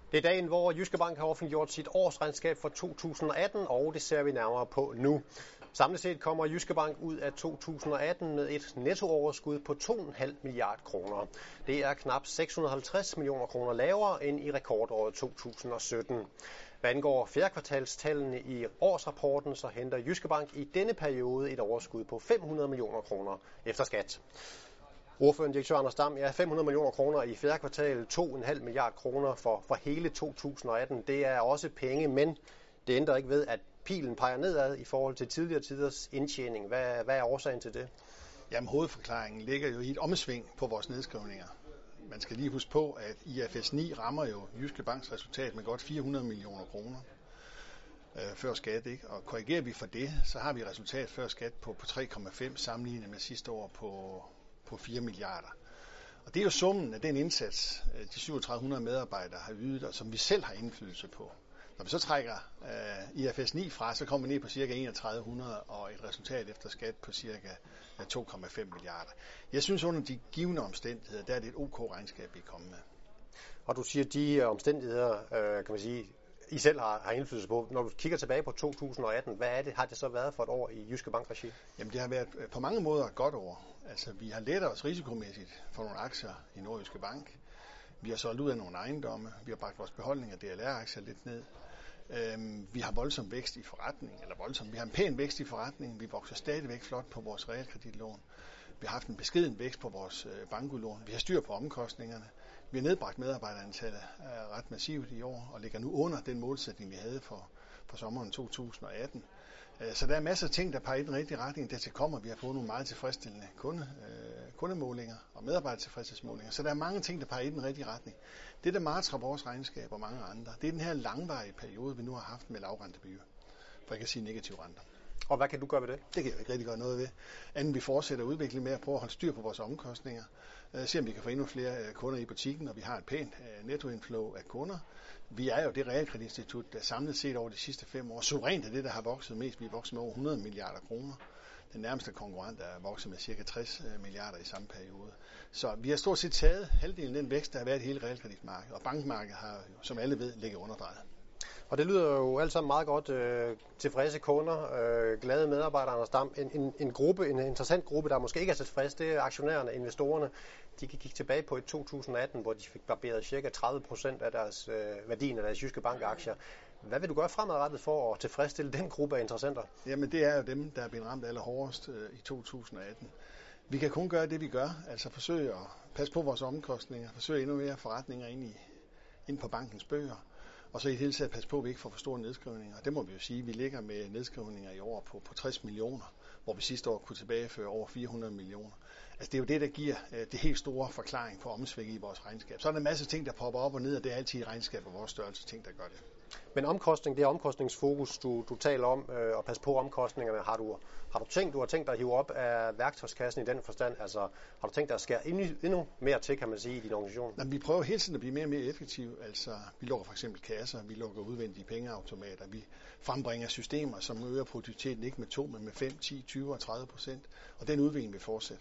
Det er dagen, hvor Jyske Bank har offentliggjort sit årsregnskab for 2018, og det ser vi nærmere på nu. Samlet set kommer Jyske Bank ud af 2018 med et nettooverskud på 2,5 milliard kroner. Det er knap 650 millioner kroner lavere end i rekordåret 2017. Hvad angår fjerdekvartalstallene i årsrapporten, så henter Jyske Bank i denne periode et overskud på 500 millioner kroner efter skat. Ordføreren, direktør Anders Dam, 500 millioner kroner i fjerde kvartal, 2,5 milliard kroner for hele 2018. Det er også penge, men det ændrer ikke ved, at pilen peger nedad i forhold til tidligere tiders indtjening. Hvad er årsagen til det? Jamen, hovedforklaringen ligger jo i et omsving på vores nedskrivninger. Man skal lige huske på, at IFRS 9 rammer jo Jyske Banks resultat med godt 400 millioner kroner før skat, ikke? Og korrigerer vi for det, så har vi resultat før skat på 3,5 sammenlignet med sidste år på 4 milliarder. Og det er jo summen af den indsats, de 3700 medarbejdere har ydet, og som vi selv har indflydelse på. Når vi så trækker IFRS 9 fra, så kommer vi ned på ca. 3100 og et resultat efter skat på ca. 2,5 milliarder. Jeg synes, under de givne omstændigheder, der er det et OK regnskab, vi er kommet med. Og du siger, de omstændigheder, kan man sige, I selv har indflydelse på. Når du kigger tilbage på 2018, hvad er det, har det så været for et år i Jyske Bank-regi? Jamen, det har været på mange måder et godt år. Altså, vi har lettet os risikomæssigt for nogle aktier i Nordjyske Bank. Vi har solgt ud af nogle ejendomme. Vi har bragt vores beholdning af DLR-aktier lidt ned. Vi har voldsom vækst i forretningen, vi har en pæn vækst i forretningen. Vi vokser stadigvæk flot på vores realkreditlån. Vi har haft en beskeden vækst på vores bankudlån. Vi har styr på omkostningerne. Vi har nedbragt medarbejderantallet ret massivt i år, og ligger nu under den målsætning, vi havde for sommeren 2018. Så der er masser af ting, der peger i den rigtige retning. Dertil kommer, vi har fået nogle meget tilfredsstillende kundemålinger og medarbejdertilfredshedsmålinger. Så der er mange ting, der peger i den rigtige retning. Det, der martrer vores regnskab og mange andre, det er den her langvarige periode, vi nu har haft med lavrentebyer. For ikke at sige negative renter. Og hvad kan du gøre ved det? Det kan jeg ikke rigtig gøre noget ved. Anden vi fortsætter udviklingen med at prøve at holde styr på vores omkostninger. Se om vi kan få endnu flere kunder i butikken, og vi har et pænt nettoinflow af kunder. Vi er jo det realkreditinstitut, der samlet set over de sidste 5 år suverænt er det, der har vokset mest. Vi er vokset med over 100 milliarder kroner. Den nærmeste konkurrent er vokset med ca. 60 milliarder i samme periode. Så vi har stort set taget halvdelen af den vækst, der har været i hele realkreditmarkedet. Og bankmarkedet har jo, som alle ved, ligget underdrejet. Og det lyder jo alt sammen meget godt. Tilfredse kunder, glade medarbejdere, Anders Dam. En interessant gruppe, der måske ikke er tilfredse, det er aktionærerne, investorerne. De kan kigge tilbage på et 2018, hvor de fik barberet ca. 30% af deres værdien af deres Jyske Bank-aktier. Hvad vil du gøre fremadrettet for at tilfredsstille den gruppe af interessenter? Jamen, det er jo dem, der er blevet ramt allerhårdest i 2018. Vi kan kun gøre det, vi gør. Altså forsøge at passe på vores omkostninger, forsøge endnu mere forretninger ind på bankens bøger. Og så i det hele taget passe på, at vi ikke får for store nedskrivninger. Det må vi jo sige. Vi ligger med nedskrivninger i år på 60 millioner, hvor vi sidste år kunne tilbageføre over 400 millioner. Altså det er jo det, der giver det helt store forklaring på omsving i vores regnskab. Så er der en masse ting, der popper op og ned, og det er altid i regnskab af vores størrelse ting, der gør det. Men det er omkostningsfokus, du taler om, og passe på omkostningerne. Har du tænkt dig at hive op af værktøjskassen i den forstand? Altså har du tænkt dig at skære endnu mere til, kan man sige, i din organisation? Jamen, vi prøver hele tiden at blive mere og mere effektive. Altså vi lukker for eksempel kasser, vi lukker udvendige pengeautomater, vi frembringer systemer, som øger produktiviteten ikke med 2, men med 5, 10, 20 og 30%. Og den udvikling vil fortsætte.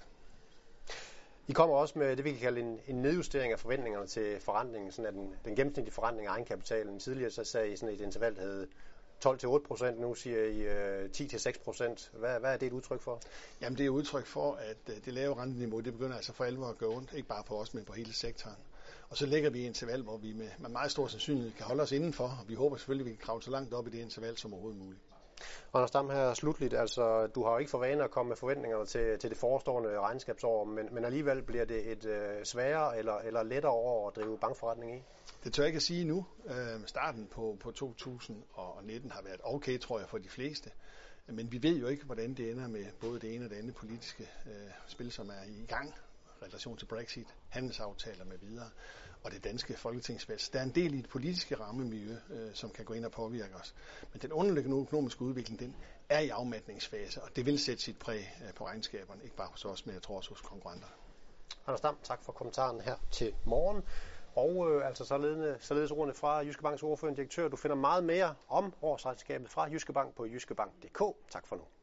I kommer også med det, vi kan kalde en nedjustering af forventningerne til forrentningen, sådan at den gennemsnitlige forrentning af egenkapitalen. Tidligere så sagde I sådan et interval, der hed 12-8%, nu siger I 10-6%. Hvad er det et udtryk for? Jamen det er et udtryk for, at det lave renteniveau, det begynder altså for alvor at gå ondt, ikke bare på os, men på hele sektoren. Og så lægger vi i interval, hvor vi med meget stor sandsynlighed kan holde os indenfor, og vi håber selvfølgelig, at vi kan kravle så langt op i det interval som overhovedet muligt. Anders Dam her slutligt, altså du har jo ikke for vane at komme med forventningerne til det forestående regnskabsår, men alligevel bliver det et sværere eller lettere år at drive bankforretning i? Det tør jeg ikke at sige nu. Starten på 2019 har været okay, tror jeg, for de fleste. Men vi ved jo ikke, hvordan det ender med både det ene og det andet politiske spil, som er i gang. Relation til Brexit, handelsaftaler med videre, og det danske folketingsvalg. Der er en del i det politiske rammemiljø, som kan gå ind og påvirke os. Men den underliggende økonomiske udvikling, den er i afmatningsfase, og det vil sætte sit præg på regnskaberne, ikke bare hos os, men jeg tror også hos konkurrenter. Anders Dam, tak for kommentaren her til morgen. Og altså således ordene fra Jyske Banks ordførende direktør. Du finder meget mere om årsregnskabet fra Jyske Bank på jyskebank.dk. Tak for nu.